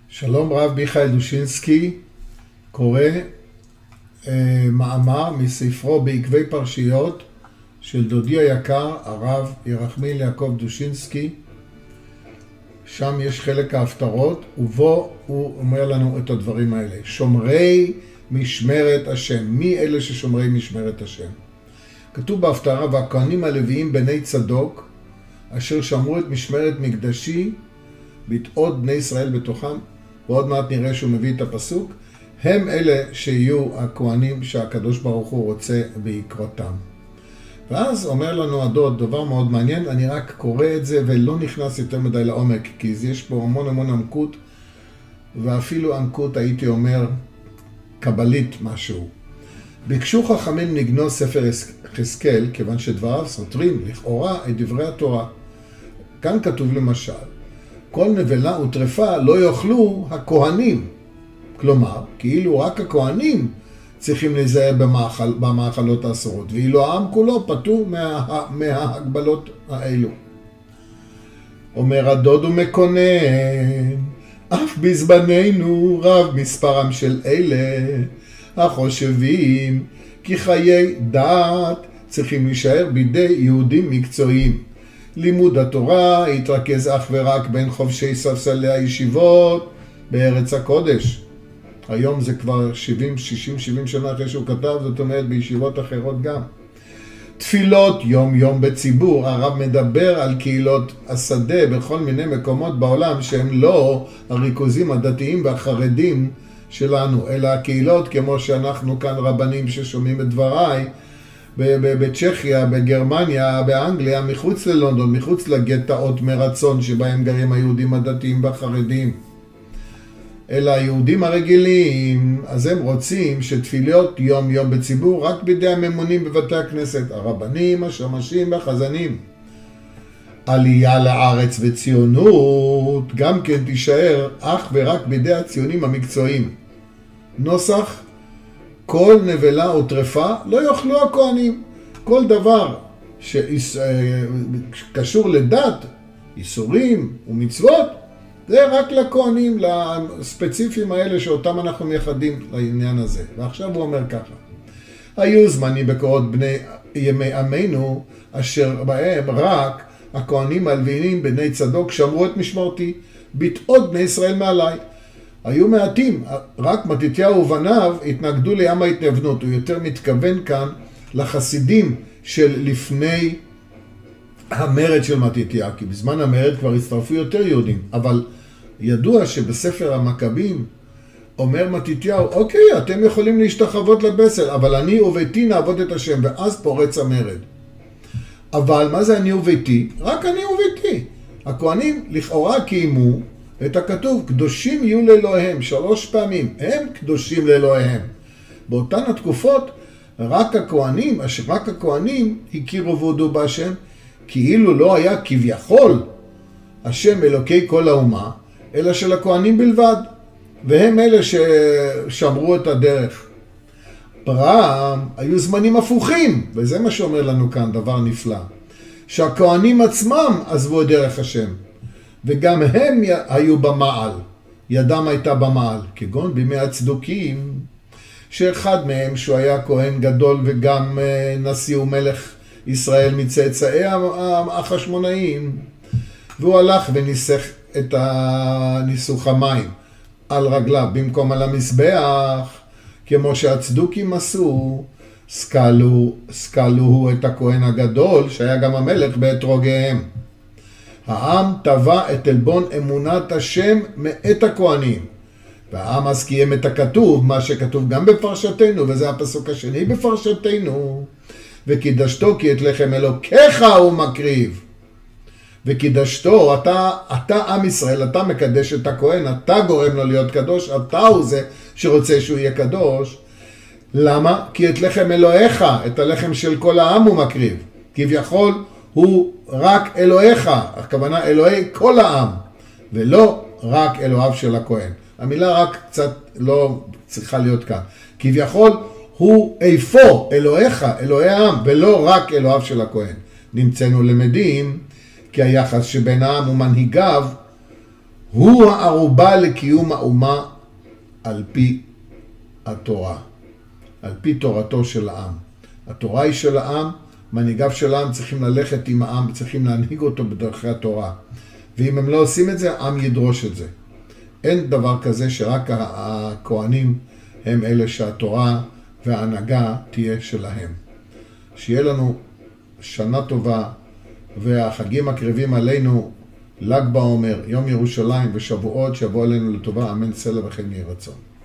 שלום, רב מיכאל דושינסקי קורא מאמר מספרו בעקבי פרשיות של דודי היקר, הרב ירחמיאל יעקב דושינסקי. שם יש חלק ההפטרות, ובו הוא אומר לנו את הדברים האלה. שומרי משמרת השם. מי אלה ששומרי משמרת השם? כתוב בהפטרה, והכהנים הלוויים בני צדוק, אשר שמרו את משמרת מקדשי, בתעות בני ישראל בתוכם, ועוד מעט נראה שהוא מביא את הפסוק, הם אלה שיהיו הכהנים שהקדוש ברוך הוא רוצה ביקרותם. ואז אומר לנו הדוד דבר מאוד מעניין, אני רק קורא את זה ולא נכנס יותר מדי לעומק, כי יש פה המון עמקות, ואפילו עמקות הייתי אומר קבלית משהו. ביקשו חכמים לגנוז ספר חזקאל, כיוון שדבריו סותרים לכאורה את דברי התורה. כאן כתוב למשל, כל נבלה וטרפה לא יאכלו הכהנים. כלומר, כאילו רק הכהנים צריכים להיזהר במאכלות האסורות, ואילו העם כולו פטור מההגבלות האלו. אומר הדוד ומקונן, אף בזמננו רב מספרם של אלה החושבים כי חיי דת צריכים להישאר בידי יהודים מקצועיים. לימוד התורה יתרכז אך ורק בין חובשי ספסלי הישיבות בארץ הקודש. היום זה כבר 70 שנה אחרי שהוא כתב, זאת אומרת בישיבות אחרות גם. תפילות יום בציבור, הרב מדבר על קהילות השדה בכל מיני מקומות בעולם שהם לא הריכוזים הדתיים והחרדים שלנו, אלא הקהילות כמו שאנחנו כאן רבנים ששומעים את דבריי, בצ'כיה, בגרמניה, באנגליה, מחוץ ללונדון, מחוץ לגטאות מרצון שבהם גרים היהודים הדתיים והחרדים. אלא היהודים הרגילים, אז הם רוצים שתפילות יום בציבור רק בידי הממונים בבתי הכנסת, הרבנים, השמשים והחזנים. עלייה לארץ וציונות גם כן תישאר אך ורק בידי הציונים המקצועיים. נוסח, כל נבלה או טרפה לא יאכלו הכהנים. כל דבר שקשור לדת, איסורים ומצוות, זה רק לכהנים, לספציפיים האלה שאותם אנחנו מייחדים לעניין הזה. ועכשיו הוא אומר ככה, היו זמנים בקורות בני ימי עמנו, אשר בהם רק הכהנים הלוויים בני צדוק שמרו את משמרתי, בתעות בני ישראל מעלי. היו מעטים, רק מתתיהו ובניו התנגדו לים ההתנוונות. הוא יותר מתכוון כאן לחסידים של לפני המרד של מתתיהו, כי בזמן המרד כבר הצטרפו יותר יהודים, אבל ידוע שבספר המכבים אומר מתתיהו, אוקיי, אתם יכולים להשתחוות לבסל, אבל אני וביתי נעבוד את השם, ואז פורץ המרד. אבל מה זה אני וביתי? רק אני וביתי. הכהנים לכאורה קיימו את הכתוב, קדושים יהיו לאלוהיהם, 3 פעמים, הם קדושים לאלוהיהם. באותן התקופות, רק הכהנים הכירו והודו בהשם, כאילו לא היה כביכול השם אלוקי כל האומה, אלא של הכהנים בלבד, והם אלה ששמרו את הדרך. פעם היו זמנים הפוכים, וזה מה שאומר לנו כאן, דבר נפלא, שהכהנים עצמם עזבו את דרך השם, וגם הם היו במעל, ידם הייתה במעל, כגון בימי הצדוקים, שאחד מהם שהוא היה כהן גדול וגם נשיא ומלך ישראל מצאצאי החשמונאים, והוא הלך וניסח את ניסוך המים על רגליו במקום על המזבח, כמו שהצדוקים עשו. סקלו את הכהן הגדול שהיה גם המלך באתרוגיהם. העם טבע את עלבון אמונת השם מאת הכהנים, והעם אז קיים את הכתוב, מה שכתוב גם בפרשתנו, וזה הפסוק השני בפרשתנו, וקידשתו כי את לחם אלוקיך הוא מקריב. וקידשתו, אתה עם ישראל, אתה מקדש את הכהן, אתה גורם לו להיות קדוש, אתה הוא זה שרוצה שהוא יהיה קדוש. למה? כי את לחם אלוהיך, את הלחם של כל העם הוא מקריב. כביכול הוא רק אלוהיך, הכוונה אלוהי כל העם, ולא רק אלוהיו של הכהן. המילה רק קצת לא צריכה להיות כאן. כביכול הוא איפה אלוהיך, אלוהי העם, ולא רק אלוהיו של הכהן. נמצאנו למדים כי היחס שבין העם ומנהיגיו הוא הערובה לקיום האומה על פי התורה, על פי תורתו של העם. התורה היא של העם, מנהיגיו של העם צריכים ללכת עם העם, צריכים להנהיג אותו בדרכי התורה. ואם הם לא עושים את זה, העם ידרוש את זה. אין דבר כזה שרק הכהנים הם אלה שהתורה וההנהגה תהיה שלהם. שיהיה לנו שנה טובה, והחגים הקרבים עלינו, ל"ג בעומר, יום ירושלים ושבועות, שיבוא עלינו לטובה, אמן סלע וכן יהי רצון.